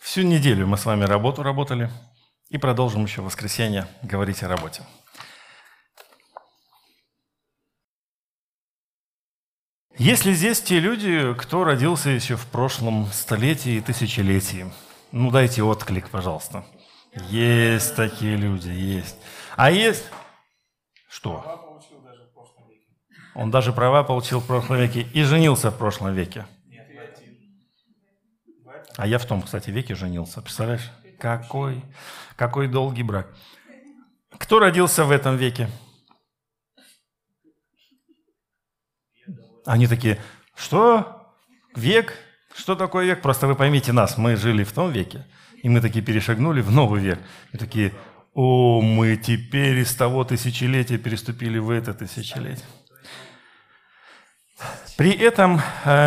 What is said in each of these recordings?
Всю неделю мы с вами работали и продолжим еще в воскресенье говорить о работе. Есть ли здесь те люди, кто родился еще в прошлом столетии и тысячелетии? Ну, дайте отклик, пожалуйста. Есть такие люди, есть. А есть... Что? Он даже права получил в прошлом веке и женился в прошлом веке. А я в том, кстати, веке женился. Представляешь? Какой долгий брак. Кто родился в этом веке? Они такие, что? Век? Что такое век? Просто вы поймите нас, мы жили в том веке, и мы такие перешагнули в новый век. И такие, мы теперь из того тысячелетия переступили в это тысячелетие. При этом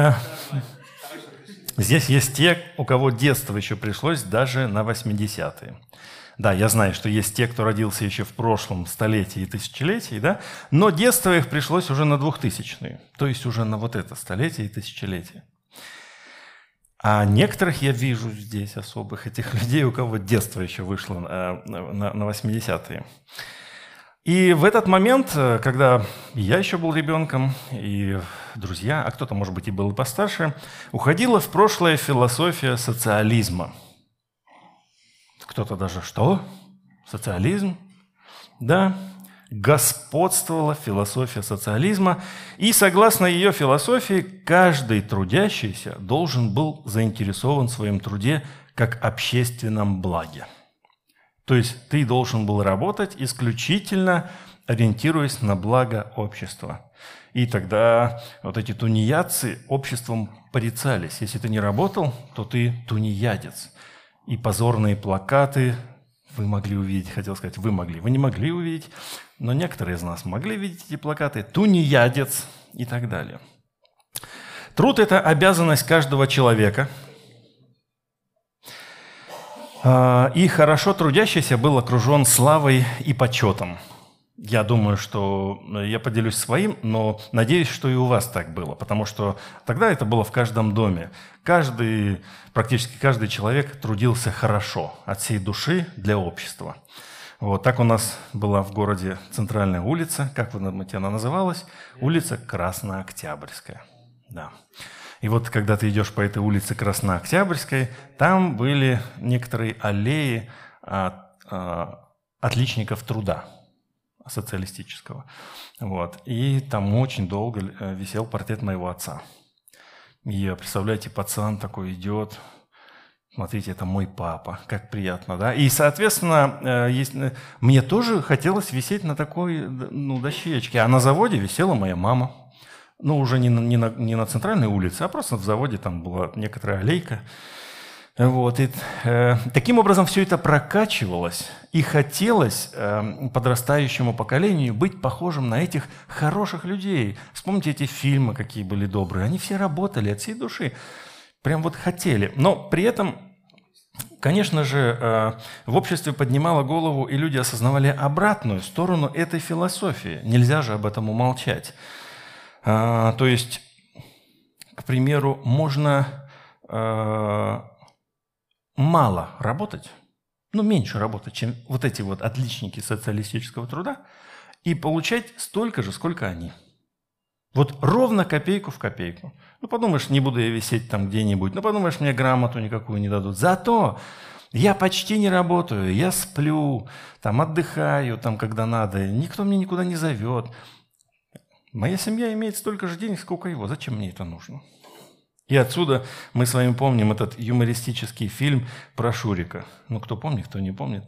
здесь есть те, у кого детство еще пришлось даже на 80-е. Да, я знаю, что есть те, кто родился еще в прошлом столетии и тысячелетии, да, но детство их пришлось уже на 2000-е, то есть уже на вот это столетие и тысячелетие. А некоторых я вижу здесь особых, этих людей, у кого детство еще вышло на 80-е. И в этот момент, когда я еще был ребенком, и друзья, а кто-то, может быть, и был и постарше, уходила в прошлое философия социализма. Кто-то даже, что? Социализм? Да, господствовала философия социализма, и согласно ее философии, каждый трудящийся должен был заинтересован в своем труде как общественном благе. То есть ты должен был работать исключительно ориентируясь на благо общества. И тогда вот эти тунеядцы обществом порицались. Если ты не работал, то ты тунеядец. И позорные плакаты вы могли увидеть, хотел сказать, вы не могли увидеть, но некоторые из нас могли видеть эти плакаты, тунеядец и так далее. Труд – это обязанность каждого человека, и хорошо трудящийся был окружен славой и почетом. Я думаю, что я поделюсь своим, но надеюсь, что и у вас так было, потому что тогда это было в каждом доме. Практически каждый человек трудился хорошо, от всей души для общества. Вот так у нас была в городе центральная улица, как вы думаете, она называлась? Улица Краснооктябрьская. Да. И вот когда ты идешь по этой улице Краснооктябрьской, там были некоторые аллеи отличников труда социалистического. Вот. И там очень долго висел портрет моего отца. И, представляете, пацан такой идет, смотрите, это мой папа, как приятно, да? И, соответственно, мне тоже хотелось висеть на такой дощечке, а на заводе висела моя мама. Ну, уже не на центральной улице, а просто в заводе там была некоторая аллейка. Вот. И, таким образом все это прокачивалось, и хотелось подрастающему поколению быть похожим на этих хороших людей. Вспомните эти фильмы, какие были добрые. Они все работали от всей души, прям вот хотели. Но при этом, конечно же, в обществе поднимала голову, и люди осознавали обратную сторону этой философии. Нельзя же об этом умолчать. То есть, к примеру, можно мало работать, меньше работать, чем вот эти вот отличники социалистического труда, и получать столько же, сколько они. Вот ровно копейку в копейку. Подумаешь, не буду я висеть там где-нибудь, подумаешь, мне грамоту никакую не дадут. Зато я почти не работаю, я сплю, там отдыхаю, там когда надо, никто меня никуда не зовет. Моя семья имеет столько же денег, сколько его. Зачем мне это нужно? И отсюда мы с вами помним этот юмористический фильм про Шурика. Кто помнит, кто не помнит.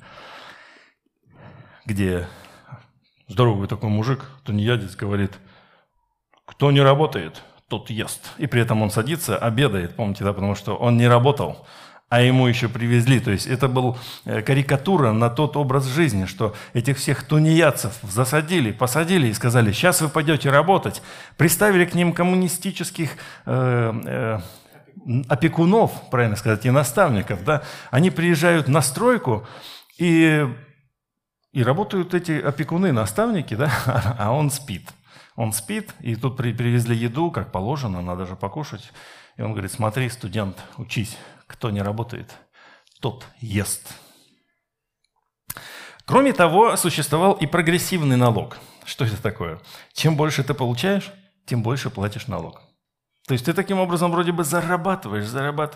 Где здоровый такой мужик, тунеядец, говорит, кто не работает, тот ест. И при этом он садится, обедает, помните, да, потому что он не работал, а ему еще привезли. То есть это была карикатура на тот образ жизни, что этих всех тунеядцев засадили, посадили и сказали, сейчас вы пойдете работать. Приставили к ним коммунистических опекунов, правильно сказать, и наставников. Да? Они приезжают на стройку, и работают эти опекуны, наставники, да? А он спит. Он спит, и тут привезли еду, как положено, надо же покушать. И он говорит, смотри, студент, учись. Кто не работает, тот ест. Кроме того, существовал и прогрессивный налог. Что это такое? Чем больше ты получаешь, тем больше платишь налог. То есть ты таким образом вроде бы зарабатываешь,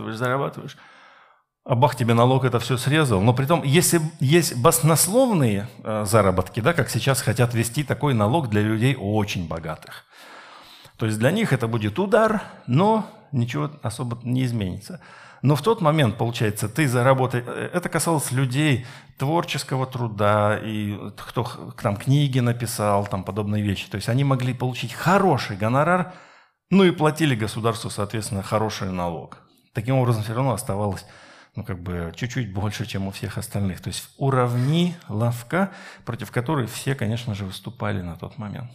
а бах, тебе налог это все срезал. Но при том, если есть баснословные заработки, да, как сейчас хотят ввести такой налог для людей очень богатых. То есть для них это будет удар, но ничего особо не изменится. Но в тот момент, получается, ты заработаешь... Это касалось людей творческого труда, и кто там книги написал, там подобные вещи. То есть они могли получить хороший гонорар, ну и платили государству, соответственно, хороший налог. Таким образом, все равно оставалось чуть-чуть больше, чем у всех остальных. То есть уравниловка, против которой все, конечно же, выступали на тот момент.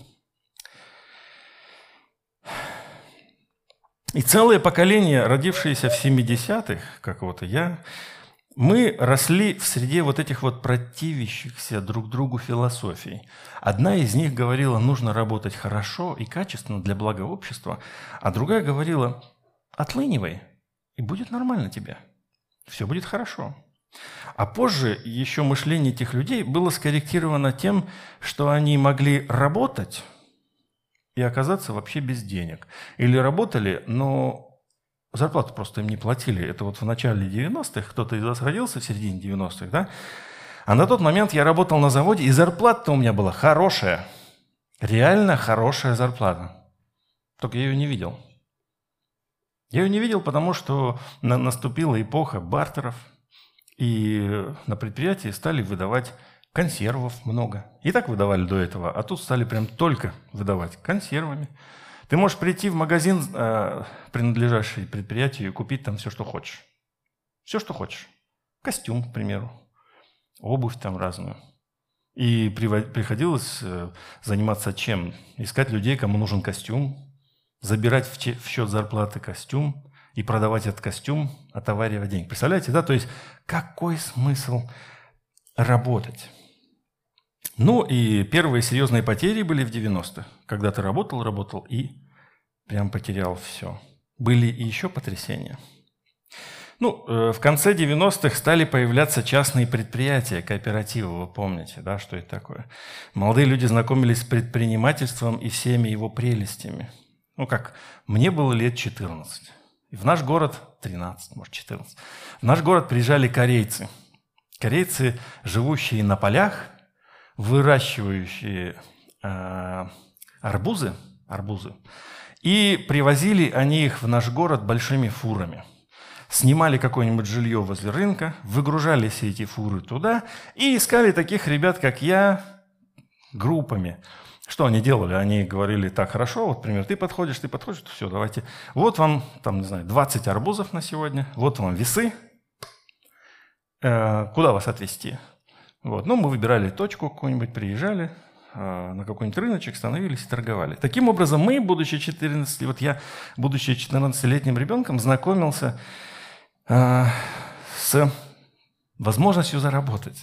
И целое поколение, родившееся в 70-х, как вот и я, мы росли в среде вот этих вот противящихся друг другу философий. Одна из них говорила, нужно работать хорошо и качественно для блага общества, а другая говорила, отлынивай, и будет нормально тебе, все будет хорошо. А позже еще мышление этих людей было скорректировано тем, что они могли работать и оказаться вообще без денег. Или работали, но зарплату просто им не платили. Это вот в начале 90-х, кто-то из вас родился в середине 90-х, да? А на тот момент я работал на заводе, и зарплата у меня была хорошая. Реально хорошая зарплата. Только я ее не видел. Я ее не видел, потому что наступила эпоха бартеров, и на предприятии стали выдавать консервов много. И так выдавали до этого, а тут стали прям только выдавать консервами. Ты можешь прийти в магазин, принадлежащий предприятию, и купить там все, что хочешь. Все, что хочешь. Костюм, к примеру. Обувь там разную. И приходилось заниматься чем? Искать людей, кому нужен костюм, забирать в счет зарплаты костюм и продавать этот костюм, отоваривать деньги. Представляете, да? То есть какой смысл работать? Ну и первые серьезные потери были в 90-х, когда ты работал и прям потерял все. Были и еще потрясения. В конце 90-х стали появляться частные предприятия, кооперативы, вы помните, да, что это такое. Молодые люди знакомились с предпринимательством и всеми его прелестями. Мне было лет 14. И в наш город 13, может 14. В наш город приезжали корейцы. Корейцы, живущие на полях, выращивающие арбузы, и привозили они их в наш город большими фурами. Снимали какое-нибудь жилье возле рынка, выгружали все эти фуры туда и искали таких ребят, как я, группами. Что они делали? Они говорили, так, хорошо, вот, например, ты подходишь, все, давайте. Вот вам, 20 арбузов на сегодня, вот вам весы, куда вас отвезти? Мы выбирали точку какую-нибудь, приезжали на какой-нибудь рыночек, становились и торговали. Таким образом, мы, будучи 14-летним ребенком, знакомился с возможностью заработать.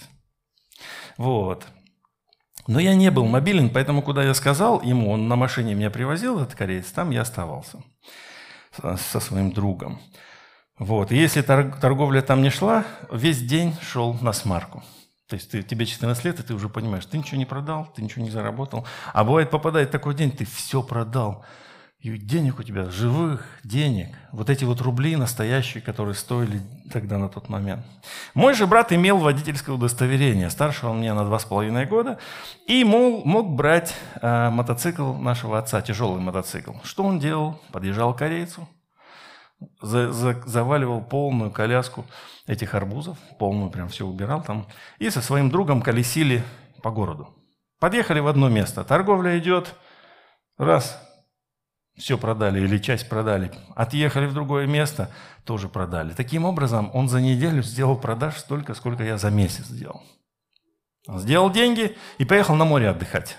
Но я не был мобилен, поэтому куда я сказал ему, он на машине меня привозил, этот кореец, там я оставался со своим другом. И если торговля там не шла, весь день шел на смарку. То есть тебе 14 лет, и ты уже понимаешь, ты ничего не продал, ты ничего не заработал. А бывает, попадает такой день, ты все продал. И денег у тебя, живых денег. Вот эти вот рубли настоящие, которые стоили тогда на тот момент. Мой же брат имел водительское удостоверение. Старше он меня на 2,5 года. И мог брать мотоцикл нашего отца, тяжелый мотоцикл. Что он делал? Подъезжал к корейцу, заваливал полную коляску этих арбузов, полную прям все убирал там, и со своим другом колесили по городу. Подъехали в одно место, торговля идет, раз, все продали или часть продали, отъехали в другое место, тоже продали. Таким образом, он за неделю сделал продаж столько, сколько я за месяц сделал. Он сделал деньги и поехал на море отдыхать.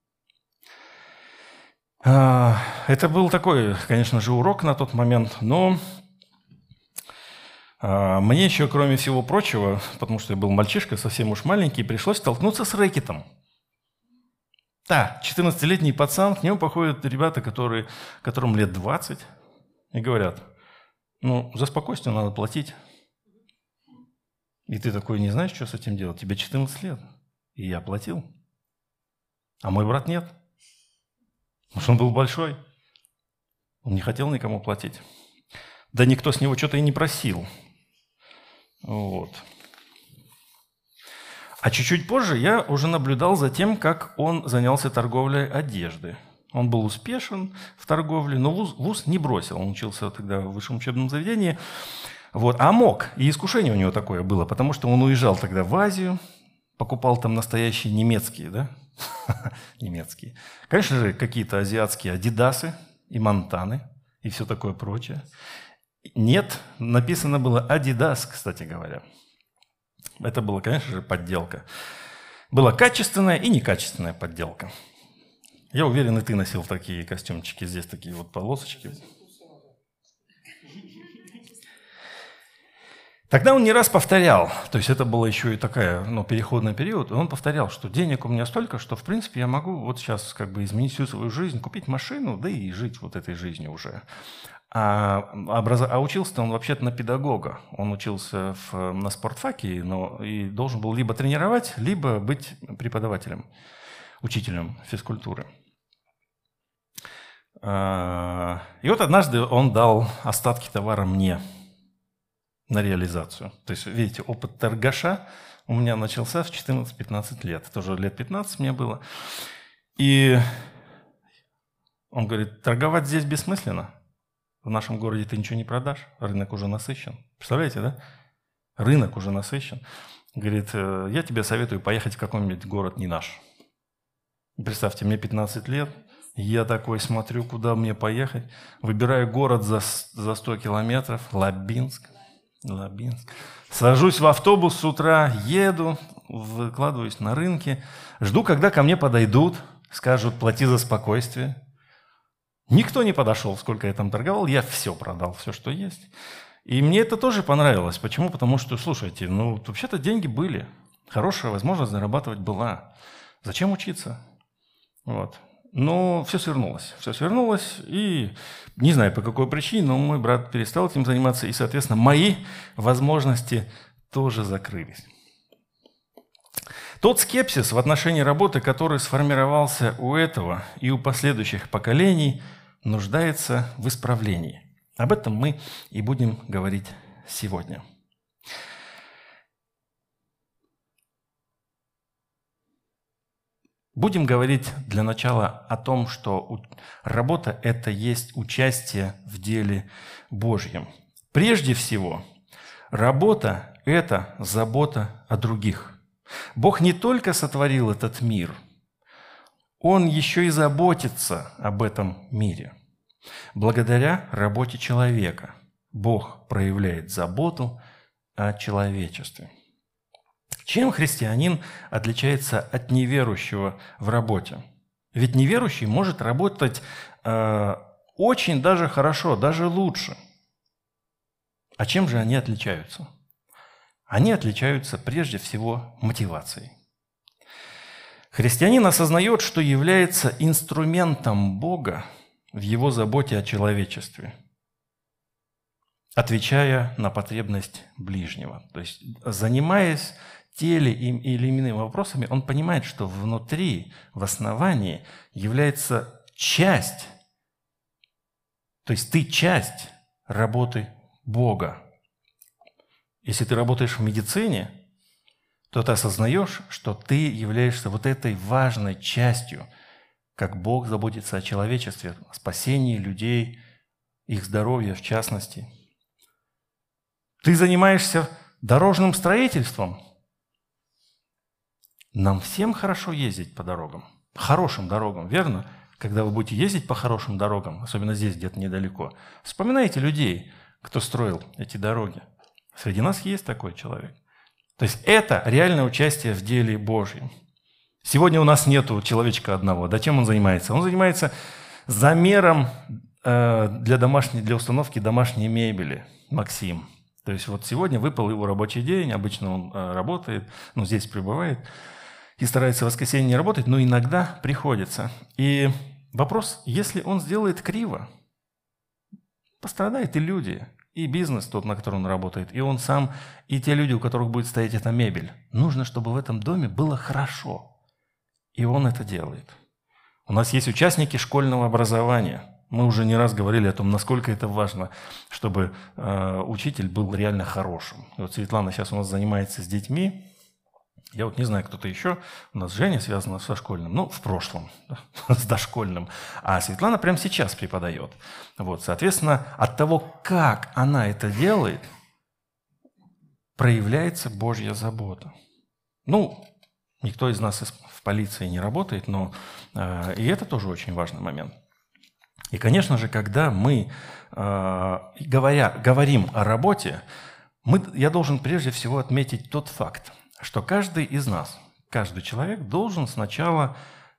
Это был такой, конечно же, урок на тот момент, но мне еще, кроме всего прочего, потому что я был мальчишка, совсем уж маленький, пришлось столкнуться с рэкетом. Да, 14-летний пацан, к нему походят ребята, которым лет 20, и говорят, за спокойствие надо платить. И ты такой не знаешь, что с этим делать. Тебе 14 лет. И я платил. А мой брат нет. Потому что он был большой. Он не хотел никому платить. Да никто с него что-то и не просил. Вот. А чуть-чуть позже я уже наблюдал за тем, как он занялся торговлей одежды. Он был успешен в торговле, но вуз не бросил. Он учился тогда в высшем учебном заведении. Вот. А мог. И искушение у него такое было, потому что он уезжал тогда в Азию, покупал там настоящие немецкие, да? Немецкие. Конечно же, какие-то азиатские адидасы и монтаны и все такое прочее. Нет, написано было «Адидас», кстати говоря. Это была, конечно же, подделка. Была качественная и некачественная подделка. Я уверен, и ты носил такие костюмчики. Здесь такие вот полосочки. Тогда он не раз повторял, то есть это было еще и такая, переходный период, и он повторял, что денег у меня столько, что, в принципе, я могу вот сейчас как бы изменить всю свою жизнь, купить машину, да и жить вот этой жизнью уже. А учился-то он вообще-то на педагога. Он учился на спортфаке, и должен был либо тренировать, либо быть преподавателем, учителем физкультуры. И вот однажды он дал остатки товара мне на реализацию. То есть, видите, опыт торгаша у меня начался в 14-15 лет. Тоже лет 15 мне было. И он говорит, торговать здесь бессмысленно. В нашем городе ты ничего не продашь, рынок уже насыщен. Представляете, да? Рынок уже насыщен. Говорит, я тебе советую поехать в какой-нибудь город не наш. Представьте, мне 15 лет, я такой смотрю, куда мне поехать. Выбираю город за 100 километров, Лабинск. Сажусь в автобус с утра, еду, выкладываюсь на рынке, жду, когда ко мне подойдут, скажут, плати за спокойствие. Никто не подошел, сколько я там торговал, я все продал, все, что есть. И мне это тоже понравилось. Почему? Потому что, слушайте, вообще-то деньги были, хорошая возможность зарабатывать была. Зачем учиться? Вот. Но все свернулось, и не знаю по какой причине, но мой брат перестал этим заниматься, и, соответственно, мои возможности тоже закрылись. Тот скепсис в отношении работы, который сформировался у этого и у последующих поколений, нуждается в исправлении. Об этом мы и будем говорить сегодня. Будем говорить для начала о том, что работа – это есть участие в деле Божьем. Прежде всего, работа – это забота о других. Бог не только сотворил этот мир, Он еще и заботится об этом мире. Благодаря работе человека Бог проявляет заботу о человечестве. Чем христианин отличается от неверующего в работе? Ведь неверующий может работать очень даже хорошо, даже лучше. А чем же они отличаются? Они отличаются прежде всего мотивацией. Христианин осознает, что является инструментом Бога в его заботе о человечестве, отвечая на потребность ближнего. То есть, занимаясь теле или иными вопросами, он понимает, что внутри, в основании является часть, то есть ты часть работы Бога. Если ты работаешь в медицине, то ты осознаешь, что ты являешься вот этой важной частью, как Бог заботится о человечестве, о спасении людей, их здоровья в частности. Ты занимаешься дорожным строительством. Нам всем хорошо ездить по дорогам, хорошим дорогам, верно? Когда вы будете ездить по хорошим дорогам, особенно здесь, где-то недалеко, вспоминайте людей, кто строил эти дороги. Среди нас есть такой человек. То есть это реальное участие в деле Божьем. Сегодня у нас нету человечка одного. Да чем он занимается? Он занимается замером для установки домашней мебели, Максим. То есть вот сегодня выпал его рабочий день, обычно он работает, здесь пребывает, и старается в воскресенье не работать, но иногда приходится. И вопрос, если он сделает криво, пострадают и люди, и бизнес тот, на котором он работает, и он сам, и те люди, у которых будет стоять эта мебель. Нужно, чтобы в этом доме было хорошо. И он это делает. У нас есть участники школьного образования. Мы уже не раз говорили о том, насколько это важно, чтобы учитель был реально хорошим. И вот Светлана сейчас у нас занимается с детьми. Я вот не знаю, кто-то еще. У нас Женя связана со школьным, ну, в прошлом, с дошкольным. А Светлана прямо сейчас преподает. Вот, соответственно, от того, как она это делает, проявляется Божья забота. Ну, никто из нас в полиции не работает, но и это тоже очень важный момент. И, конечно же, когда мы, говорим о работе, я должен прежде всего отметить тот факт, что каждый из нас, каждый человек должен сначала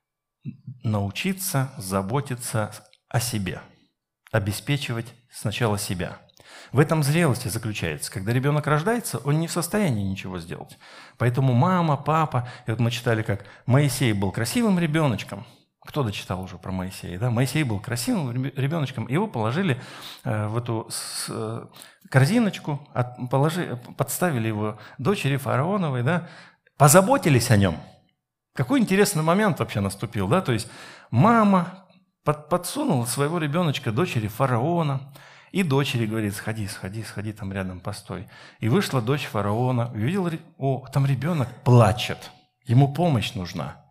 научиться заботиться о себе, обеспечивать сначала себя. В этом зрелости заключается. Когда ребенок рождается, он не в состоянии ничего сделать. Поэтому мама, папа, и вот мы читали, как Моисей был красивым ребеночком. Кто дочитал уже про Моисея? Да? Моисей был красивым ребеночком, его положили в эту корзиночку, подставили его дочери фараоновой, да? Позаботились о нем. Какой интересный момент вообще наступил, да? То есть мама подсунула своего ребеночка дочери фараона, и дочери говорит: сходи, там рядом постой. И вышла дочь фараона, увидела, там ребенок плачет, ему помощь нужна.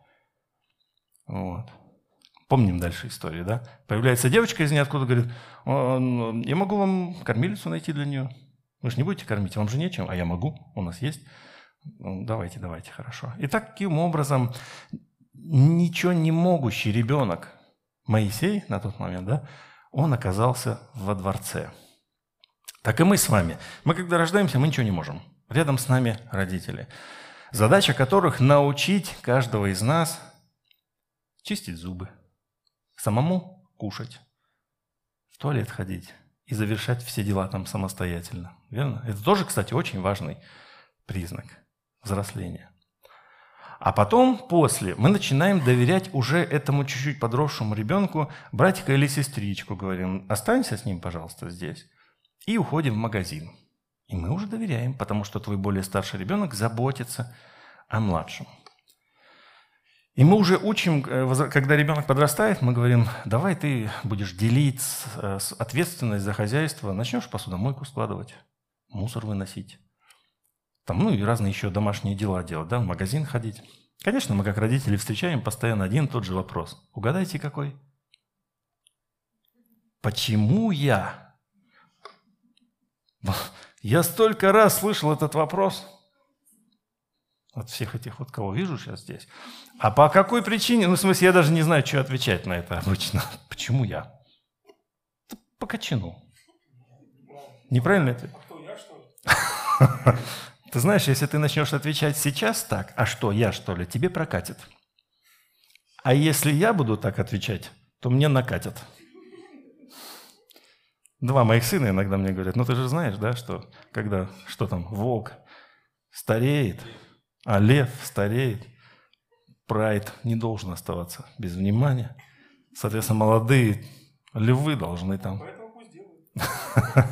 Вот. Помним дальше историю, да? Появляется девочка из ниоткуда, говорит: я могу вам кормилицу найти для нее. Вы же не будете кормить, вам же нечем. А я могу, у нас есть. Давайте, хорошо. И таким образом ничего не могущий ребенок Моисей на тот момент, да, он оказался во дворце. Так и мы с вами. Мы, когда рождаемся, мы ничего не можем. Рядом с нами родители, задача которых научить каждого из нас чистить зубы, самому кушать, в туалет ходить и завершать все дела там самостоятельно. Верно? Это тоже, кстати, очень важный признак взросления. А потом, после, мы начинаем доверять уже этому чуть-чуть подросшему ребенку братика или сестричку. Говорим: останься с ним, пожалуйста, здесь. И уходим в магазин. И мы уже доверяем, потому что твой более старший ребенок заботится о младшем. И мы уже учим, когда ребенок подрастает, мы говорим: давай ты будешь делить ответственность за хозяйство, начнешь посудомойку складывать, мусор выносить. Там, и разные еще домашние дела делать, да, в магазин ходить. Конечно, мы как родители встречаем постоянно один и тот же вопрос. Угадайте, какой? Почему я? Я столько раз слышал этот вопрос от всех этих вот, кого вижу сейчас здесь. А по какой причине? В смысле, я даже не знаю, что отвечать на это обычно. Почему я? По кочану. Неправильно это? А кто, я, что ли? Ты знаешь, если ты начнешь отвечать сейчас так: а что, я, что ли, тебе прокатит. А если я буду так отвечать, то мне накатят. Два моих сына иногда мне говорят: ты же знаешь, да, что когда, что там, волк стареет, а лев стареет, прайд не должен оставаться без внимания. Соответственно, молодые львы должны там... Поэтому пусть делают.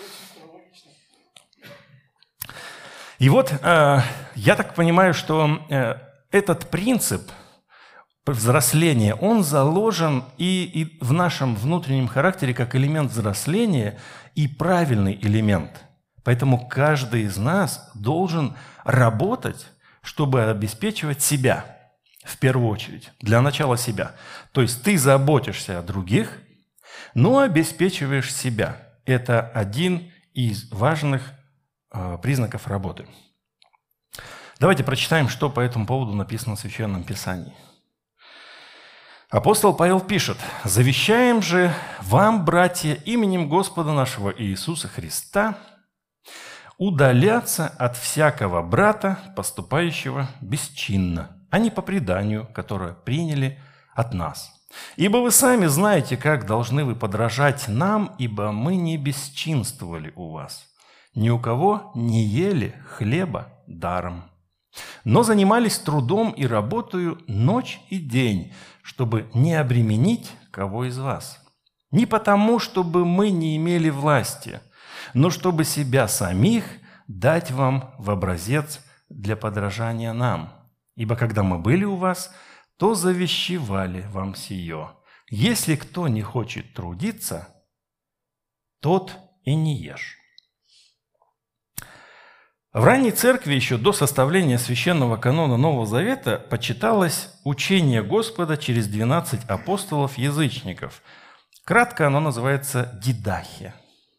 И вот я так понимаю, что этот принцип взросления, он заложен и в нашем внутреннем характере как элемент взросления и правильный элемент. Поэтому каждый из нас должен работать, чтобы обеспечивать себя, в первую очередь, для начала себя. То есть ты заботишься о других, но обеспечиваешь себя. Это один из важных признаков работы. Давайте прочитаем, что по этому поводу написано в Священном Писании. Апостол Павел пишет: «Завещаем же вам, братья, именем Господа нашего Иисуса Христа, удаляться от всякого брата, поступающего бесчинно, а не по преданию, которое приняли от нас. Ибо вы сами знаете, как должны вы подражать нам, ибо мы не бесчинствовали у вас. Ни у кого не ели хлеба даром, но занимались трудом и работою ночь и день, чтобы не обременить кого из вас. Не потому, чтобы мы не имели власти, но чтобы себя самих дать вам в образец для подражания нам. Ибо когда мы были у вас, то завещевали вам сие. Если кто не хочет трудиться, тот и не ешь». В ранней церкви еще до составления священного канона Нового Завета почиталось учение Господа через 12 апостолов-язычников. Кратко оно называется дидахия.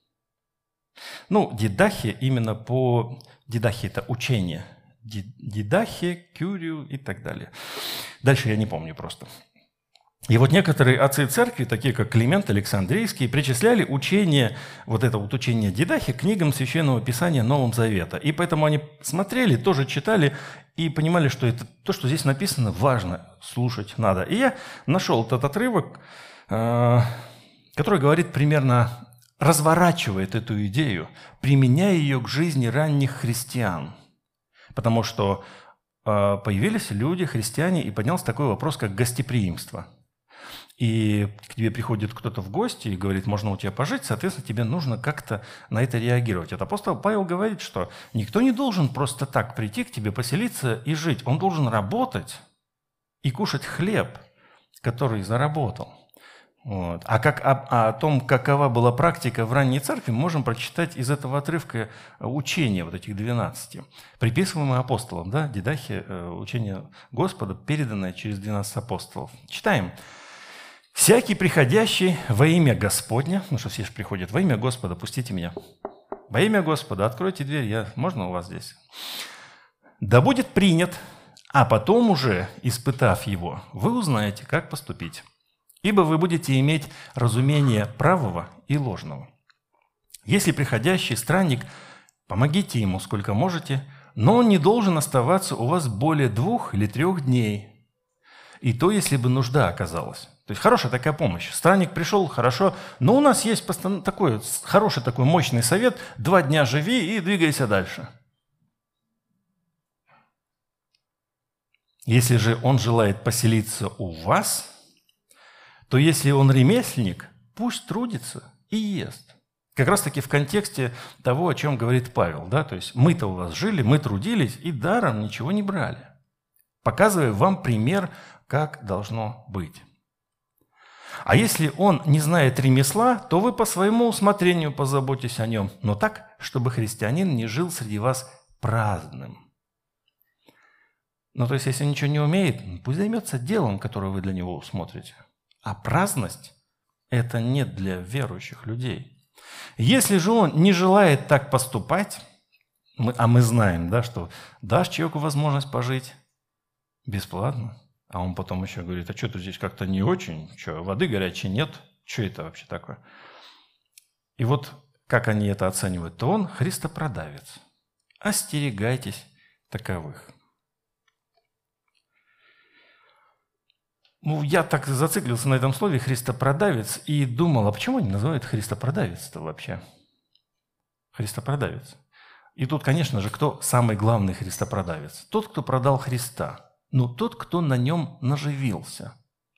Дидахия именно по... Дидахия – это учение. Дидахия, кюрию и так далее. Дальше я не помню просто. И вот некоторые отцы церкви, такие как Климент Александрийский, причисляли учение, это учение дидахи, к книгам Священного Писания Нового Завета. И поэтому они смотрели, тоже читали и понимали, что это то, что здесь написано, важно, слушать надо. И я нашел этот отрывок, который говорит примерно, разворачивает эту идею, применяя ее к жизни ранних христиан. Потому что появились люди, христиане, и поднялся такой вопрос, как гостеприимство. И к тебе приходит кто-то в гости и говорит, можно у тебя пожить, соответственно, тебе нужно как-то на это реагировать. Вот апостол Павел говорит, что никто не должен просто так прийти к тебе, поселиться и жить. Он должен работать и кушать хлеб, который заработал. О том, какова была практика в ранней церкви, можем прочитать из этого отрывка учения этих 12, приписываемое апостолам, дидахия, учение Господа, переданное через 12 апостолов. Читаем. «Всякий приходящий во имя Господня», что все же приходят, «во имя Господа, пустите меня». «Во имя Господа, откройте дверь, можно у вас здесь?» «Да будет принят, а потом уже, испытав его, вы узнаете, как поступить. Ибо вы будете иметь разумение правого и ложного. Если приходящий странник, помогите ему сколько можете, но он не должен оставаться у вас более 2 или 3 дней. И то, если бы нужда оказалась». То есть хорошая такая помощь. Странник пришел, хорошо, но у нас есть такой хороший, такой мощный совет: 2 дня живи и двигайся дальше. Если же он желает поселиться у вас, то если он ремесленник, пусть трудится и ест. Как раз-таки в контексте того, о чем говорит Павел. То есть мы-то у вас жили, мы трудились и даром ничего не брали. Показывая вам пример, как должно быть. А если он не знает ремесла, то вы по своему усмотрению позаботьтесь о нем, но так, чтобы христианин не жил среди вас праздным. То есть, если он ничего не умеет, пусть займется делом, которое вы для него усмотрите. А праздность – это не для верующих людей. Если же он не желает так поступать, мы знаем, что дашь человеку возможность пожить бесплатно, а он потом еще говорит, а что-то здесь как-то не очень, воды горячей нет, что это вообще такое? И как они это оценивают, то он христопродавец. Остерегайтесь таковых. Я так зациклился на этом слове «христопродавец» и думал, а почему они называют христопродавец-то вообще? Христопродавец. И тут, конечно же, кто самый главный христопродавец? Тот, кто продал Христа. Тот, кто на нем наживился.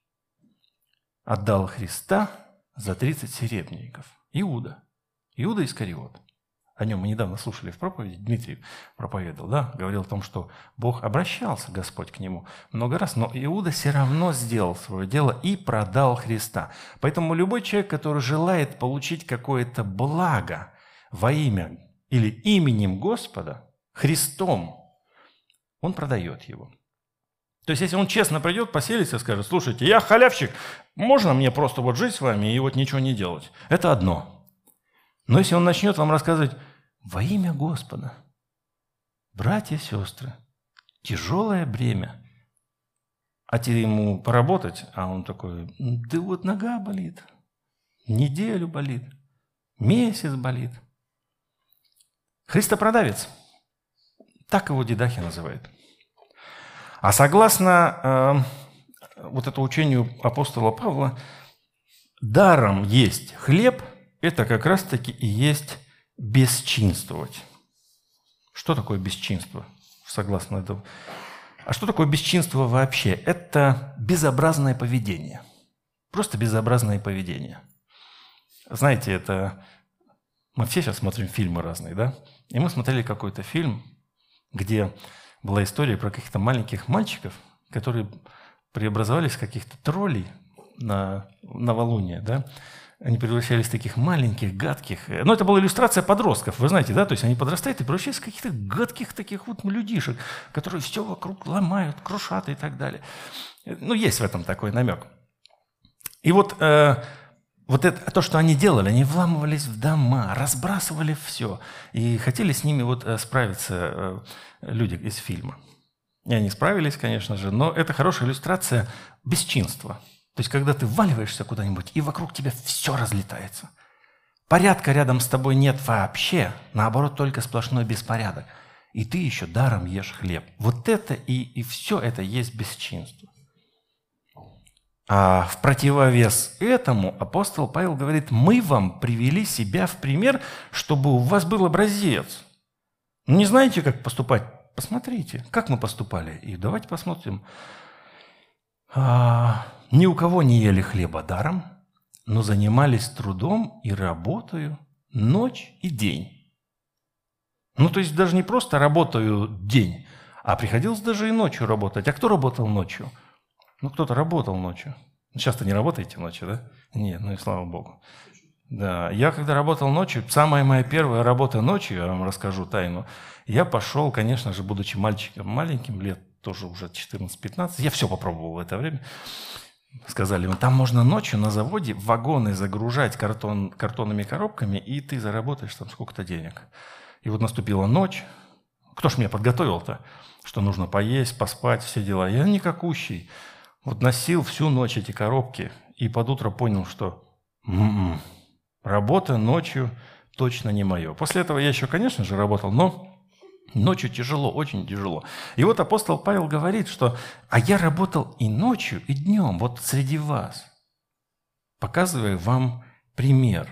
Отдал Христа за 30 серебряников. Иуда. Иуда Искариот. О нем мы недавно слушали в проповеди, Дмитрий проповедовал, говорил о том, что Бог обращался, Господь, к нему много раз, но Иуда все равно сделал свое дело и продал Христа. Поэтому любой человек, который желает получить какое-то благо во имя или именем Господа, Христом, он продает его. То есть, если он честно придет, поселится и скажет, слушайте, я халявщик, можно мне просто жить с вами и ничего не делать? Это одно. Но если он начнет вам рассказывать во имя Господа, братья и сестры, тяжелое бремя, а тебе ему поработать, а он такой, да нога болит, неделю болит, месяц болит. Христопродавец, так его дидахи называют. А согласно этому учению апостола Павла, даром есть хлеб – это как раз-таки и есть бесчинствовать. Что такое бесчинство? Согласно этому. А что такое бесчинство вообще? Это безобразное поведение. Просто безобразное поведение. Знаете, это Мы все сейчас смотрим фильмы разные, да? И мы смотрели какой-то фильм, где была история про каких-то маленьких мальчиков, которые преобразовались в каких-то троллей на новолуние, да? Они превращались в таких маленьких, гадких. Ну, это была иллюстрация подростков, вы знаете, да? То есть они подрастают и превращаются в каких-то гадких таких вот людишек, которые все вокруг ломают, крушат и так далее. Ну, есть в этом такой намек. И вот это, то, что они делали, они вламывались в дома, разбрасывали все. И хотели с ними вот справиться люди из фильма. И они справились, конечно же, но это хорошая иллюстрация бесчинства. То есть, когда ты вваливаешься куда-нибудь, и вокруг тебя все разлетается. Порядка рядом с тобой нет вообще, наоборот, только сплошной беспорядок. И ты еще даром ешь хлеб. Вот это и все это есть бесчинство. А в противовес этому апостол Павел говорит, мы вам привели себя в пример, чтобы у вас был образец. Не знаете, как поступать? Посмотрите, как мы поступали. И давайте посмотрим. Ни у кого не ели хлеба даром, но занимались трудом и работою ночь и день. Ну, то есть даже не просто работаю день, а приходилось даже и ночью работать. А кто работал ночью? Ну, кто-то работал ночью. Сейчас-то не работаете ночью, да? Нет, ну и слава Богу. Да, я когда работал ночью, самая моя первая работа ночью, я вам расскажу тайну, я пошел, конечно же, будучи мальчиком маленьким, лет тоже уже 14-15, я все попробовал в это время. Сказали, там можно ночью на заводе вагоны загружать картонными коробками, и ты заработаешь там сколько-то денег. И вот наступила ночь. Кто ж меня подготовил-то? Что нужно поесть, поспать, все дела. Я никакущий. Вот носил всю ночь эти коробки, и под утро понял, что работа ночью точно не мое. После этого я еще, конечно же, работал, но ночью тяжело, очень тяжело. И вот апостол Павел говорит, что «а я работал и ночью, и днем, вот среди вас, показывая вам пример».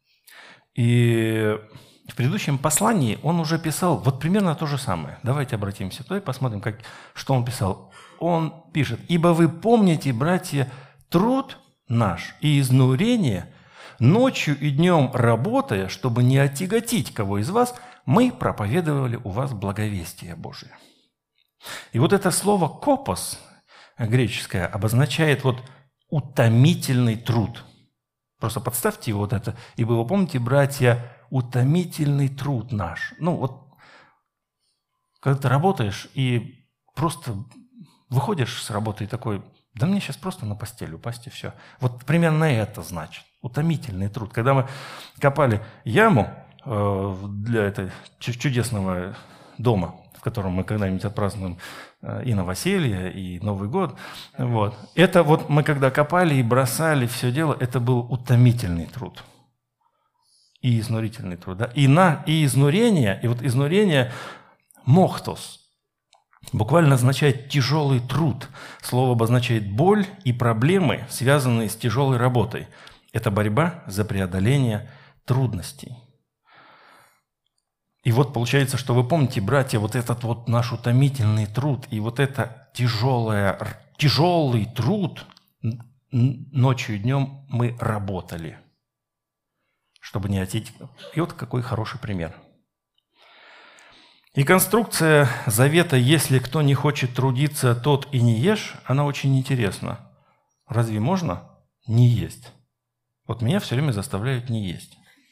И в предыдущем послании он уже писал вот примерно то же самое. Давайте обратимся туда и посмотрим, что он писал. Он пишет, «Ибо вы помните, братья, труд наш и изнурение, ночью и днем работая, чтобы не отяготить кого из вас, мы проповедовали у вас благовестие Божие». И вот это слово «копос» греческое обозначает вот утомительный труд. Просто подставьте вот это. «Ибо вы помните, братья, утомительный труд наш». Ну вот, когда ты работаешь и просто выходишь с работы и такой, да мне сейчас просто на постель упасть и все. Вот примерно это значит. Утомительный труд. Когда мы копали яму для этого чудесного дома, в котором мы когда-нибудь отпразднуем и новоселье, и Новый год. Вот. Это вот мы когда копали и бросали все дело, это был утомительный труд. И изнурительный труд. Да? И изнурение, и вот изнурение мохтос буквально означает тяжелый труд. Слово обозначает боль и проблемы, связанные с тяжелой работой. Это борьба за преодоление трудностей. И вот получается, что вы помните, братья, вот этот вот наш утомительный труд и вот это тяжелый труд, ночью и днем мы работали, чтобы не отойти. И вот какой хороший пример. И конструкция завета «если кто не хочет трудиться, тот и не ешь», она очень интересна. Разве можно не есть? Вот меня все время заставляют не есть.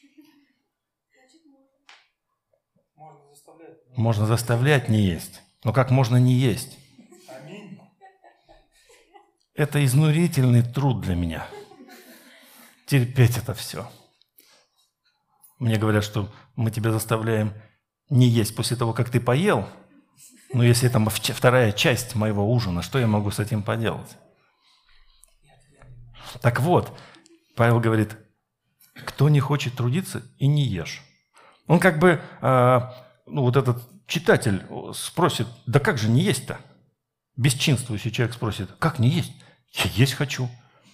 Можно заставлять не есть. Но как можно не есть? Это изнурительный труд для меня. Терпеть это все. Мне говорят, что мы тебя заставляем не есть после того, как ты поел. Но если там вторая часть моего ужина, что я могу с этим поделать? Так вот, Павел говорит, кто не хочет трудиться, и не ешь. Он как бы, вот этот читатель спросит, да как же не есть-то? Бесчинствующий человек спросит, как не есть? Я есть хочу.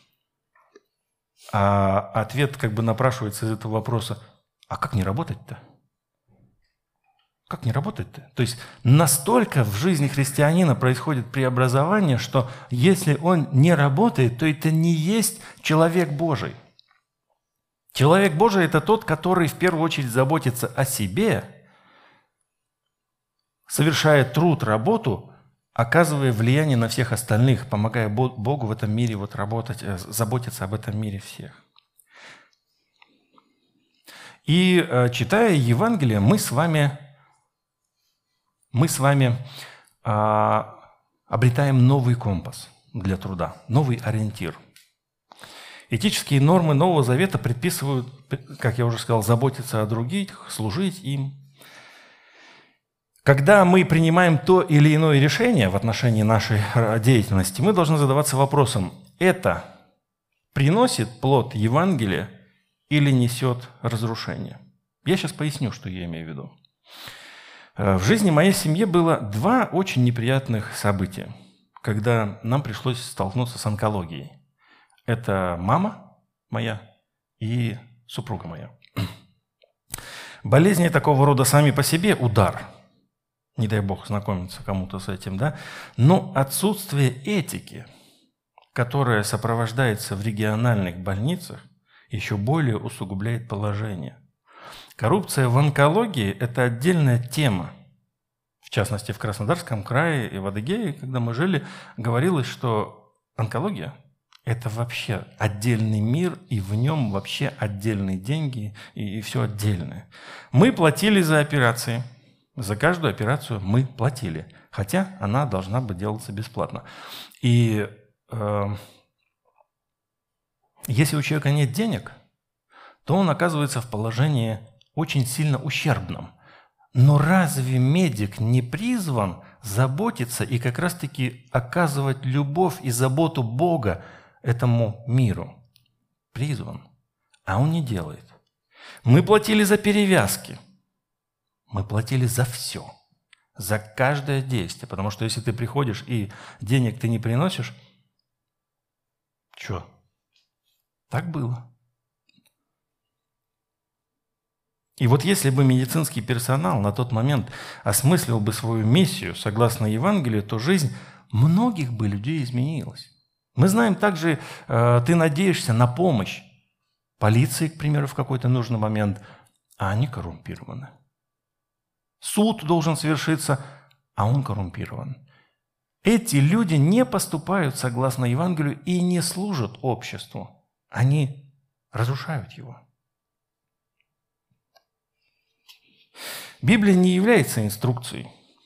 А ответ как бы напрашивается из этого вопроса, а как не работать-то? Как не работать-то? То есть настолько в жизни христианина происходит преобразование, что если он не работает, то это не есть человек Божий. Человек Божий – это тот, который в первую очередь заботится о себе, совершая труд, работу, оказывая влияние на всех остальных, помогая Богу в этом мире вот работать, заботиться об этом мире всех. И читая Евангелие, мы с вами обретаем новый компас для труда, новый ориентир. Этические нормы Нового Завета предписывают, как я уже сказал, заботиться о других, служить им. Когда мы принимаем то или иное решение в отношении нашей деятельности, мы должны задаваться вопросом, это приносит плод Евангелия или несет разрушение? Я сейчас поясню, что я имею в виду. В жизни моей семьи было два очень неприятных события, когда нам пришлось столкнуться с онкологией. Это мама моя и супруга моя. Болезни такого рода сами по себе – удар. Не дай бог знакомиться кому-то с этим, да? Но отсутствие этики, которая сопровождается в региональных больницах, еще более усугубляет положение. Коррупция в онкологии – это отдельная тема. В частности, в Краснодарском крае и в Адыгее, когда мы жили, говорилось, что онкология – это вообще отдельный мир, и в нем вообще отдельные деньги, и все отдельное. Мы платили за операции. За каждую операцию мы платили, хотя она должна быть делаться бесплатно. И если у человека нет денег, то он оказывается в положении очень сильно ущербном. Но разве медик не призван заботиться и как раз-таки оказывать любовь и заботу Бога этому миру? Призван. А он не делает. Мы платили за перевязки. Мы платили за все. За каждое действие. Потому что если ты приходишь и денег ты не приносишь, что? Так было. И вот если бы медицинский персонал на тот момент осмыслил бы свою миссию согласно Евангелию, то жизнь многих бы людей изменилась. Мы знаем также, ты надеешься на помощь полиции, к примеру, в какой-то нужный момент, а они коррумпированы. Суд должен совершиться, а он коррумпирован. Эти люди не поступают согласно Евангелию и не служат обществу. Они разрушают его. Библия не является инструкцией.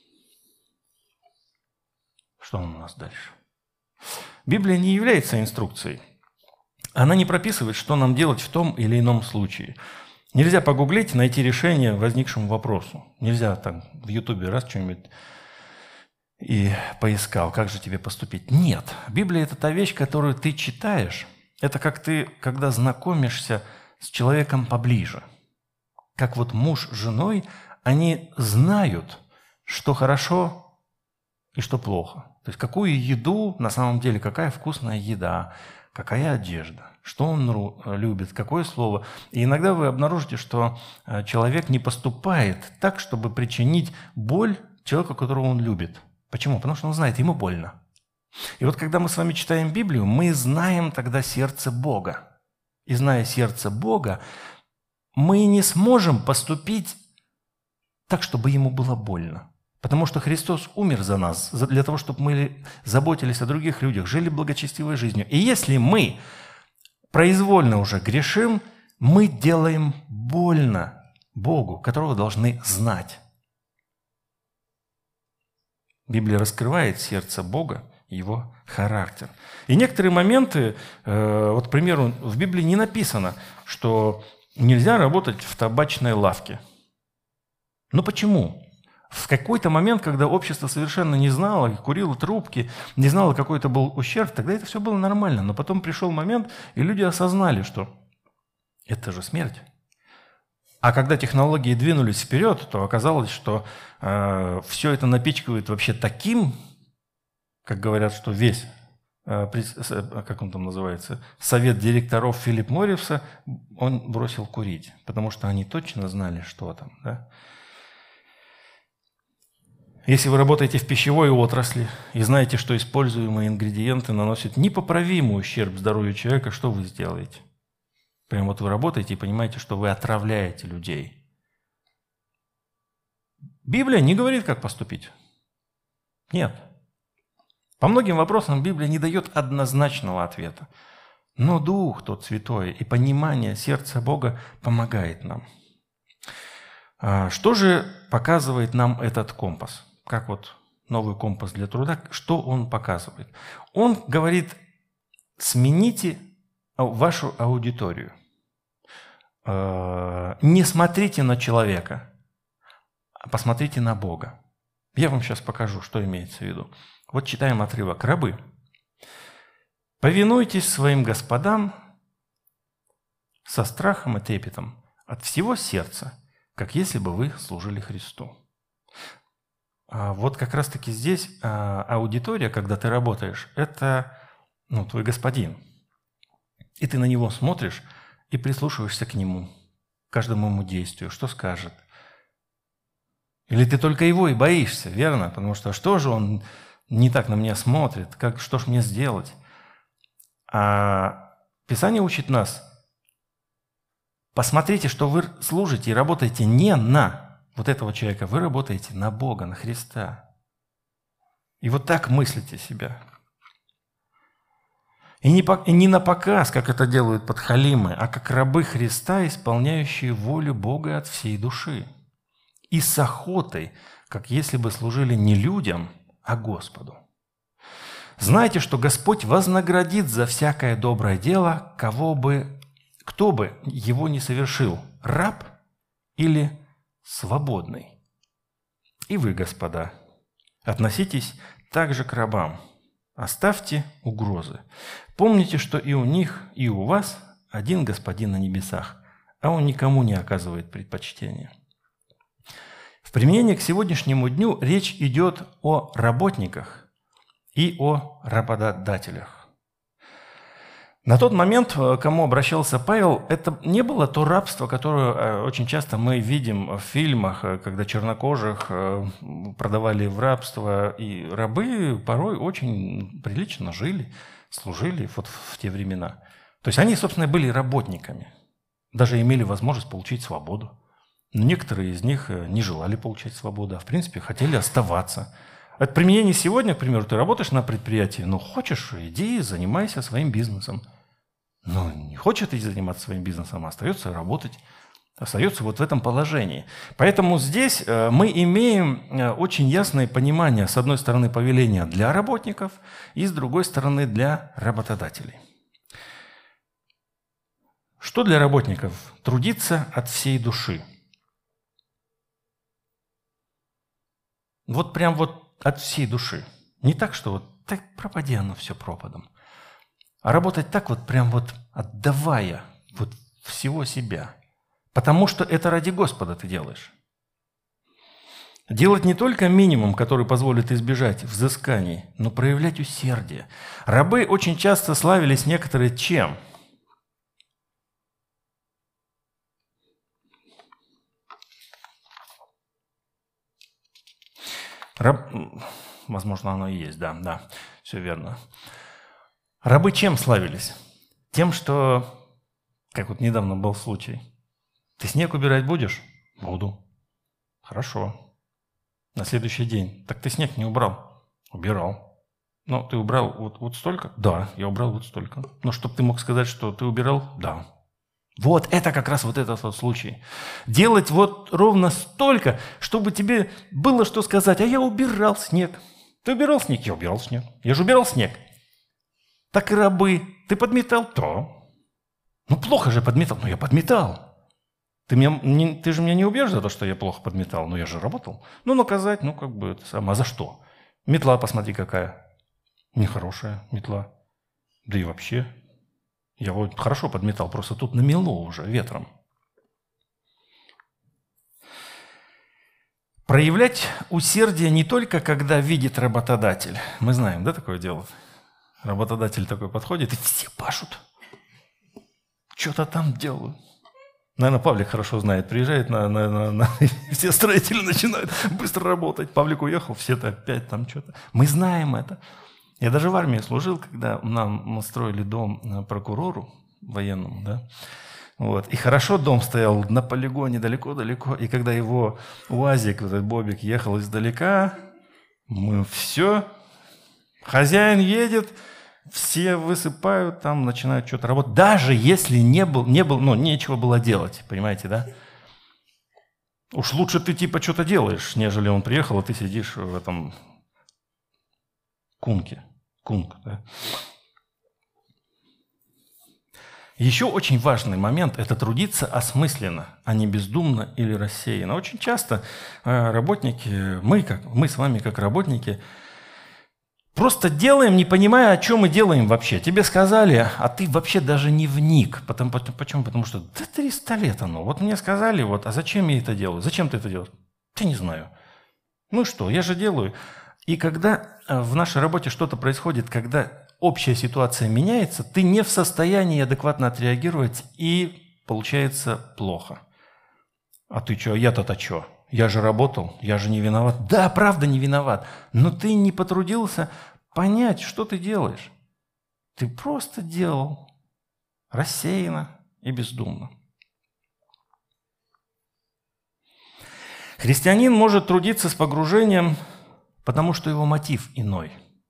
Что у нас дальше? Библия не является инструкцией. Она не прописывает, что нам делать в том или ином случае. Нельзя погуглить, найти решение возникшему вопросу. Нельзя там в Ютубе раз что-нибудь и поискал, как же тебе поступить. Нет. Библия – это та вещь, которую ты читаешь. Это как ты, когда знакомишься с человеком поближе. Как вот муж с женой, они знают, что хорошо и что плохо. То есть какую еду, на самом деле, какая вкусная еда, какая одежда, что он любит, какое слово. И иногда вы обнаружите, что человек не поступает так, чтобы причинить боль человеку, которого он любит. Почему? Потому что он знает, ему больно. И вот когда мы с вами читаем Библию, мы знаем тогда сердце Бога. И зная сердце Бога, мы не сможем поступить так, чтобы ему было больно. Потому что Христос умер за нас, для того, чтобы мы заботились о других людях, жили благочестивой жизнью. И если мы произвольно уже грешим, мы делаем больно Богу, которого должны знать. Библия раскрывает сердце Бога, его характер. И некоторые моменты, вот, к примеру, в Библии не написано, что нельзя работать в табачной лавке. Но почему? В какой-то момент, когда общество совершенно не знало, курило трубки, не знало, какой это был ущерб, тогда это все было нормально. Но потом пришел момент, и люди осознали, что это же смерть. А когда технологии двинулись вперед, то оказалось, что все это напичкивает вообще таким, как говорят, что весь, как он там называется, совет директоров Филипп Морриса, он бросил курить, потому что они точно знали, что там, да? Если вы работаете в пищевой отрасли и знаете, что используемые ингредиенты наносят непоправимый ущерб здоровью человека, что вы сделаете? Прям вот вы работаете и понимаете, что вы отравляете людей. Библия не говорит, как поступить. Нет. По многим вопросам Библия не дает однозначного ответа. Но Дух тот Святой и понимание сердца Бога помогает нам. Что же показывает нам этот компас? Как вот новый компас для труда, что он показывает? Он говорит, смените вашу аудиторию. Не смотрите на человека, а посмотрите на Бога. Я вам сейчас покажу, что имеется в виду. Вот читаем отрывок. «Рабы, повинуйтесь своим господам со страхом и трепетом от всего сердца, как если бы вы служили Христу». Вот как раз-таки здесь аудитория, когда ты работаешь, это твой господин. И ты на него смотришь и прислушиваешься к нему, к каждому ему действию, что скажет. Или ты только его и боишься, верно? Потому что что же он не так на меня смотрит, что ж мне сделать? А Писание учит нас, посмотрите, что вы служите и работаете не на вот этого человека, вы работаете на Бога, на Христа. И вот так мыслите себя. И не на показ, как это делают подхалимы, а как рабы Христа, исполняющие волю Бога от всей души. И с охотой, как если бы служили не людям, а Господу. Знайте, что Господь вознаградит за всякое доброе дело, кто бы его не совершил, раб или свободный. И вы, господа, относитесь также к рабам. Оставьте угрозы. Помните, что и у них, и у вас один Господин на небесах, а Он никому не оказывает предпочтения. В применении к сегодняшнему дню речь идет о работниках и о работодателях. На тот момент, к кому обращался Павел, это не было то рабство, которое очень часто мы видим в фильмах, когда чернокожих продавали в рабство, и рабы порой очень прилично жили, служили вот в те времена. То есть они, собственно, были работниками, даже имели возможность получить свободу. Но некоторые из них не желали получать свободу, а в принципе хотели оставаться. От применения сегодня, к примеру, ты работаешь на предприятии, хочешь, иди, занимайся своим бизнесом. Но не хочет идти заниматься своим бизнесом, а остается работать, остается вот в этом положении. Поэтому здесь мы имеем очень ясное понимание, с одной стороны, повеления для работников, и с другой стороны, для работодателей. Что для работников? Трудиться от всей души. Вот прям вот от всей души. Не так, что вот так пропади оно все пропадом. А работать так вот прям вот отдавая вот всего себя. Потому что это ради Господа ты делаешь. Делать не только минимум, который позволит избежать взысканий, но проявлять усердие. Рабы очень часто славились некоторые чем? Возможно, оно и есть, да, все верно. Рабы чем славились? Тем, что, как вот недавно был случай, ты снег убирать будешь? Буду. Хорошо. На следующий день. Так ты снег не убрал? Убирал. Ну, ты убрал вот столько? Да, я убрал вот столько. Но чтобы ты мог сказать, что ты убирал? Да. Вот это как раз вот этот вот случай. Делать вот ровно столько, чтобы тебе было что сказать. А я убирал снег. Ты убирал снег? Я убирал снег. Я же убирал снег. Так и рабы. Ты подметал? Да. Плохо же подметал. Я подметал. Ты же меня не убьешь за то, что я плохо подметал. Я же работал. Наказать, это самое. А за что? Метла, посмотри, какая. Нехорошая метла. Да и вообще. Я вот хорошо подметал, просто тут намело уже ветром. Проявлять усердие не только, когда видит работодатель. Мы знаем, да, такое дело? Работодатель такой подходит, и все пашут. Что-то там делают. Наверное, Павлик хорошо знает. Приезжает все строители начинают быстро работать. Павлик уехал, все-то опять там что-то. Мы знаем это. Я даже в армии служил, когда мы строили дом прокурору военному, да. Вот. И хорошо дом стоял на полигоне далеко-далеко. И когда его УАЗик, вот этот Бобик, ехал издалека, мы все, хозяин едет, все высыпают, там начинают что-то работать. Даже если нечего было делать, понимаете, да? Уж лучше ты типа что-то делаешь, нежели он приехал, а ты сидишь в этом кунг, да? Еще очень важный момент – это трудиться осмысленно, а не бездумно или рассеянно. Очень часто работники, мы с вами как работники, просто делаем, не понимая, о чем мы делаем вообще. Тебе сказали, а ты вообще даже не вник. Почему? Потому что 300 лет оно. Вот мне сказали, а зачем я это делаю? Зачем ты это делаешь? Я не знаю. Ну что, я же делаю. И когда в нашей работе что-то происходит, когда общая ситуация меняется, ты не в состоянии адекватно отреагировать, и получается плохо. А ты что, я-то что? Я же работал, я же не виноват. Да, правда не виноват, но ты не потрудился понять, что ты делаешь. Ты просто делал рассеянно и бездумно. Христианин может трудиться с погружением, потому что его мотив иной.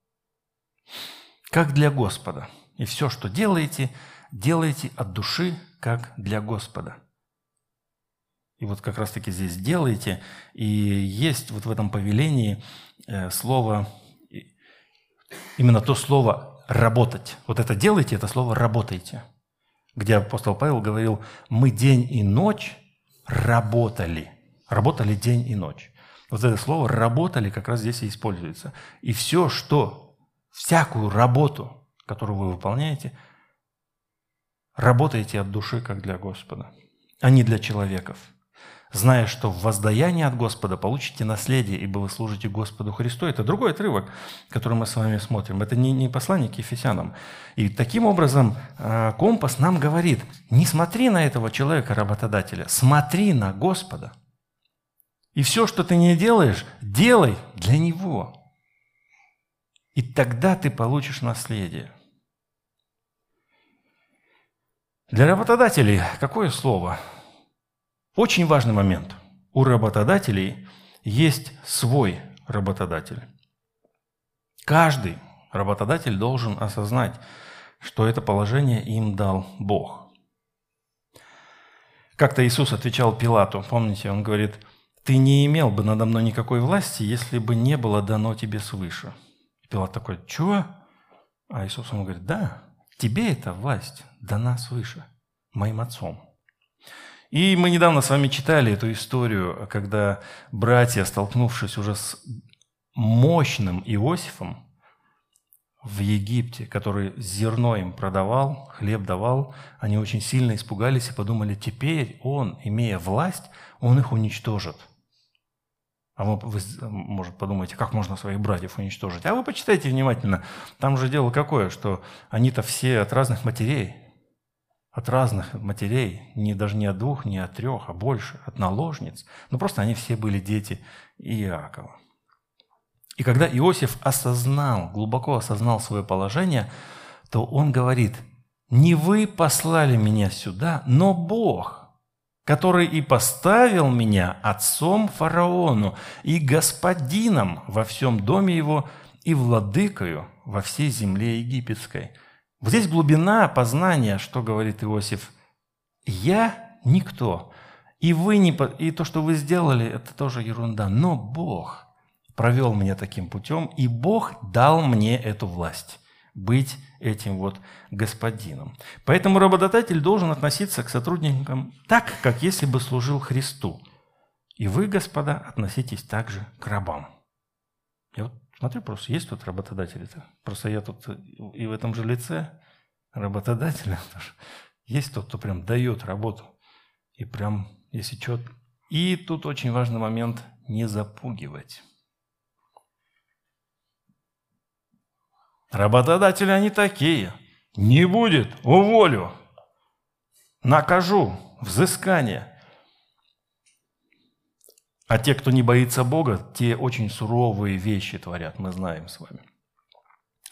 Как для Господа. И все, что делаете, делайте от души, как для Господа. И вот как раз-таки здесь делаете, и есть вот в этом повелении слово, именно то слово «работать». Вот это делайте, это слово «работайте». Где апостол Павел говорил, мы день и ночь работали. Работали день и ночь. Вот это слово «работали» как раз здесь и используется. И все, всякую работу, которую вы выполняете, работаете от души, как для Господа, а не для человеков, зная, что в воздаянии от Господа получите наследие, ибо вы служите Господу Христу. Это другой отрывок, который мы с вами смотрим. Это не послание к Ефесянам. И таким образом компас нам говорит, не смотри на этого человека-работодателя, смотри на Господа. И все, что ты не делаешь, делай для Него. И тогда ты получишь наследие. Для работодателей какое слово? Очень важный момент. У работодателей есть свой работодатель. Каждый работодатель должен осознать, что это положение им дал Бог. Как-то Иисус отвечал Пилату, помните, он говорит, «Ты не имел бы надо мной никакой власти, если бы не было дано тебе свыше». Пилат такой, чего? А Иисус ему говорит, да, тебе эта власть дана свыше, моим отцом. И мы недавно с вами читали эту историю, когда братья, столкнувшись уже с мощным Иосифом в Египте, который зерно им продавал, хлеб давал, они очень сильно испугались и подумали, теперь он, имея власть, он их уничтожит. А вы, может, подумаете, как можно своих братьев уничтожить? А вы почитайте внимательно. Там же дело какое, что они-то все от разных матерей. От разных матерей. Даже не от 2, не от 3, а больше. От наложниц. Ну, просто они все были дети Иакова. И когда Иосиф глубоко осознал свое положение, то он говорит, не вы послали меня сюда, но Бог, который и поставил меня отцом фараону и господином во всем доме его и владыкою во всей земле египетской. Вот здесь глубина познания, что говорит Иосиф. Я никто, и то, что вы сделали, это тоже ерунда, но Бог провел меня таким путем, и Бог дал мне эту власть. Быть этим господином. Поэтому работодатель должен относиться к сотрудникам так, как если бы служил Христу. И вы, господа, относитесь также к рабам. Я смотрю, просто есть тут работодатели-то. Просто я тут и в этом же лице работодателя. Есть тот, кто прям дает работу. И прям, если что. И тут очень важный момент – не запугивать. Работодатели они такие. Не будет, уволю, накажу, взыскание. А те, кто не боится Бога, те очень суровые вещи творят, мы знаем с вами.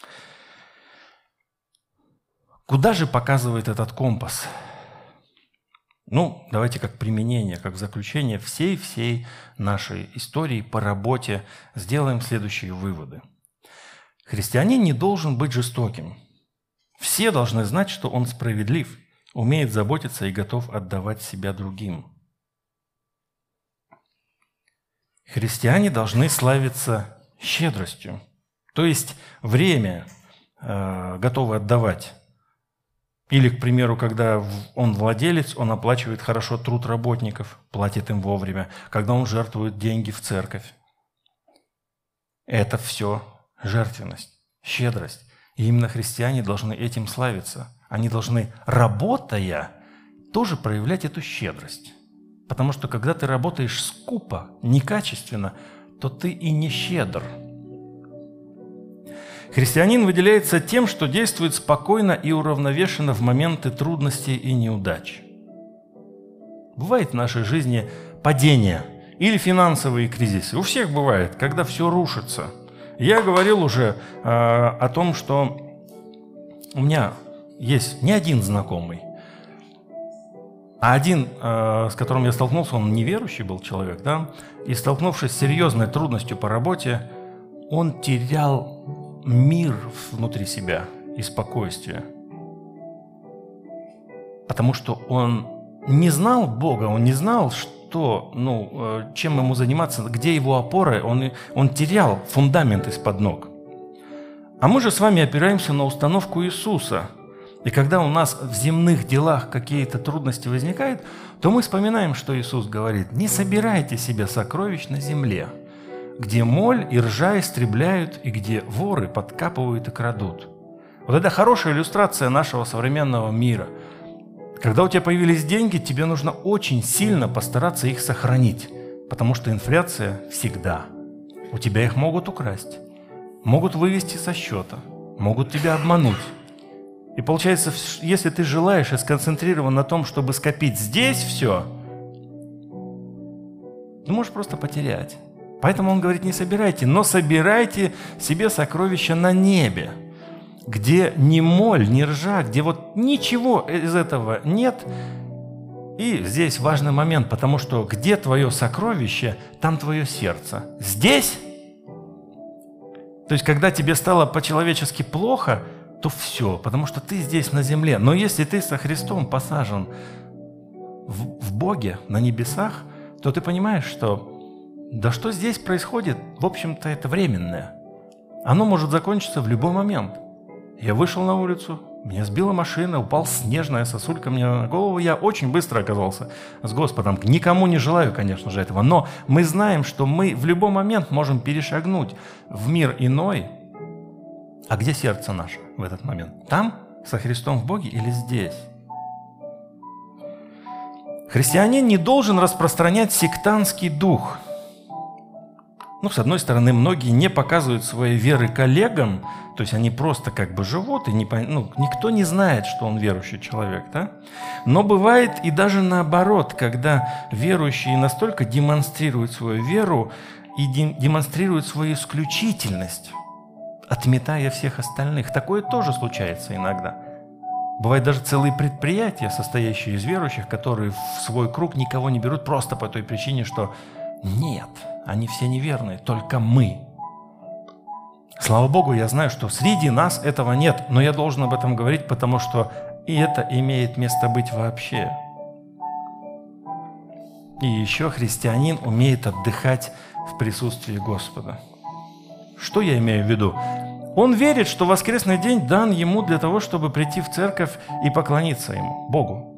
Куда же показывает этот компас? Ну, давайте как применение, как заключение всей нашей истории по работе сделаем следующие выводы. Христианин не должен быть жестоким. Все должны знать, что он справедлив, умеет заботиться и готов отдавать себя другим. Христиане должны славиться щедростью, то есть время готовы отдавать. Или, к примеру, когда он владелец, он оплачивает хорошо труд работников, платит им вовремя, когда он жертвует деньги в церковь. Это все жертвенность, щедрость. И именно христиане должны этим славиться. Они должны, работая, тоже проявлять эту щедрость. Потому что когда ты работаешь скупо, некачественно, то ты и не щедр. Христианин выделяется тем, что действует спокойно и уравновешенно в моменты трудностей и неудач. Бывает в нашей жизни падение или финансовые кризисы. У всех бывает, когда все рушится. Я говорил уже о том, что у меня есть не один знакомый, а один, с которым я столкнулся, он неверующий был человек, да, и столкнувшись с серьезной трудностью по работе, он терял мир внутри себя и спокойствие. Потому что он не знал Бога, он не знал, чем ему заниматься, где его опоры, он терял фундамент из-под ног. А мы же с вами опираемся на установку Иисуса. И когда у нас в земных делах какие-то трудности возникают, то мы вспоминаем, что Иисус говорит: «Не собирайте себе сокровищ на земле, где моль и ржа истребляют, и где воры подкапывают и крадут». Вот это хорошая иллюстрация нашего современного мира. Когда у тебя появились деньги, тебе нужно очень сильно постараться их сохранить, потому что инфляция всегда. У тебя их могут украсть, могут вывести со счета, могут тебя обмануть. И получается, если ты желаешь и сконцентрирован на том, чтобы скопить здесь все, ты можешь просто потерять. Поэтому он говорит: не собирайте, но собирайте себе сокровища на небе, где ни моль, ни ржа, где вот ничего из этого нет. И здесь важный момент, потому что где твое сокровище, там твое сердце. Здесь, то есть когда тебе стало по-человечески плохо, то все, потому что ты здесь на земле. Но если ты со Христом посажен в Боге, на небесах, то ты понимаешь, что да что здесь происходит, в общем-то, это временное. Оно может закончиться в любой момент. Я вышел на улицу, меня сбила машина, упал снежная сосулька мне на голову, я очень быстро оказался с Господом. Никому не желаю, конечно же, этого, но мы знаем, что мы в любой момент можем перешагнуть в мир иной. А где сердце наше в этот момент? Там, со Христом в Боге, или здесь? Христианин не должен распространять сектантский дух. С одной стороны, многие не показывают своей веры коллегам, то есть они просто как бы живут, и никто не знает, что он верующий человек, да? Но бывает и даже наоборот, когда верующие настолько демонстрируют свою веру и демонстрируют свою исключительность, отметая всех остальных. Такое тоже случается иногда. Бывают даже целые предприятия, состоящие из верующих, которые в свой круг никого не берут просто по той причине, что нет, они все неверные, только мы. Слава Богу, я знаю, что среди нас этого нет, но я должен об этом говорить, потому что и это имеет место быть вообще. И еще христианин умеет отдыхать в присутствии Господа. Что я имею в виду? Он верит, что воскресный день дан ему для того, чтобы прийти в церковь и поклониться ему, Богу.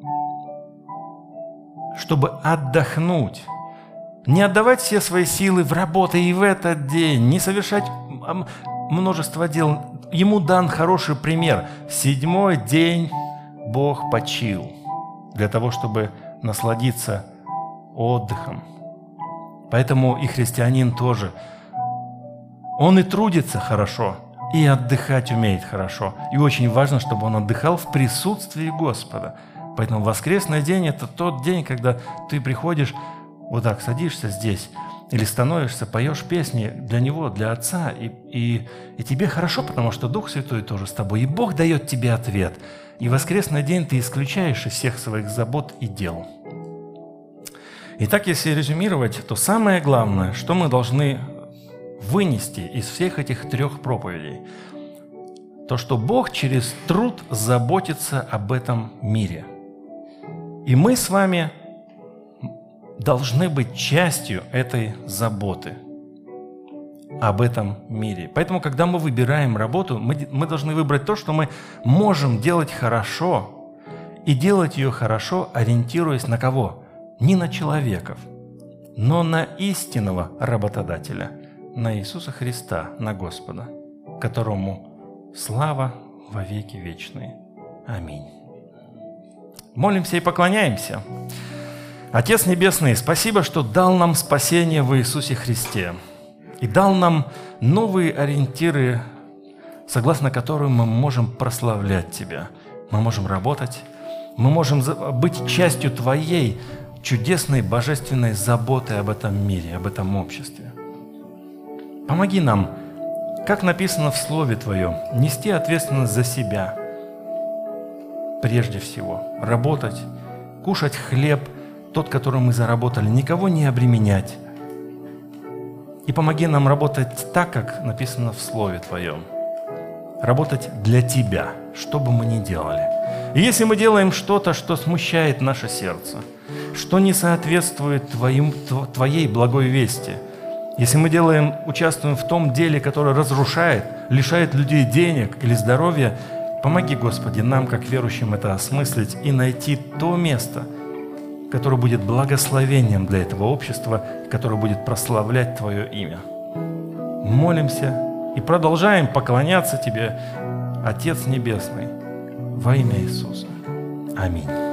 Чтобы отдохнуть. Не отдавать все свои силы в работу и в этот день, не совершать множество дел. Ему дан хороший пример. В 7-й день Бог почил для того, чтобы насладиться отдыхом. Поэтому и христианин тоже. Он и трудится хорошо, и отдыхать умеет хорошо. И очень важно, чтобы он отдыхал в присутствии Господа. Поэтому воскресный день – это тот день, когда ты приходишь, вот так садишься здесь, или становишься, поешь песни для Него, для Отца, и тебе хорошо, потому что Дух Святой тоже с тобой, и Бог дает тебе ответ. И воскресный день ты исключаешь из всех своих забот и дел. Итак, если резюмировать, то самое главное, что мы должны вынести из всех этих 3 проповедей, то, что Бог через труд заботится об этом мире. И мы с вами должны быть частью этой заботы об этом мире. Поэтому, когда мы выбираем работу, мы должны выбрать то, что мы можем делать хорошо, и делать ее хорошо, ориентируясь на кого? Не на человеков, но на истинного работодателя, на Иисуса Христа, на Господа, которому слава во веки вечные. Аминь. Молимся и поклоняемся. Отец Небесный, спасибо, что дал нам спасение в Иисусе Христе и дал нам новые ориентиры, согласно которым мы можем прославлять Тебя. Мы можем работать, мы можем быть частью Твоей чудесной божественной заботы об этом мире, об этом обществе. Помоги нам, как написано в Слове Твоем, нести ответственность за себя, прежде всего, работать, кушать хлеб, тот, который мы заработали, никого не обременять. И помоги нам работать так, как написано в Слове Твоем. Работать для Тебя, что бы мы ни делали. И если мы делаем что-то, что смущает наше сердце, что не соответствует Твоей благой вести, если мы участвуем в том деле, которое разрушает, лишает людей денег или здоровья, помоги, Господи, нам, как верующим, это осмыслить и найти то место, которое будет благословением для этого общества, которое будет прославлять Твое имя. Молимся и продолжаем поклоняться Тебе, Отец Небесный, во имя Иисуса. Аминь.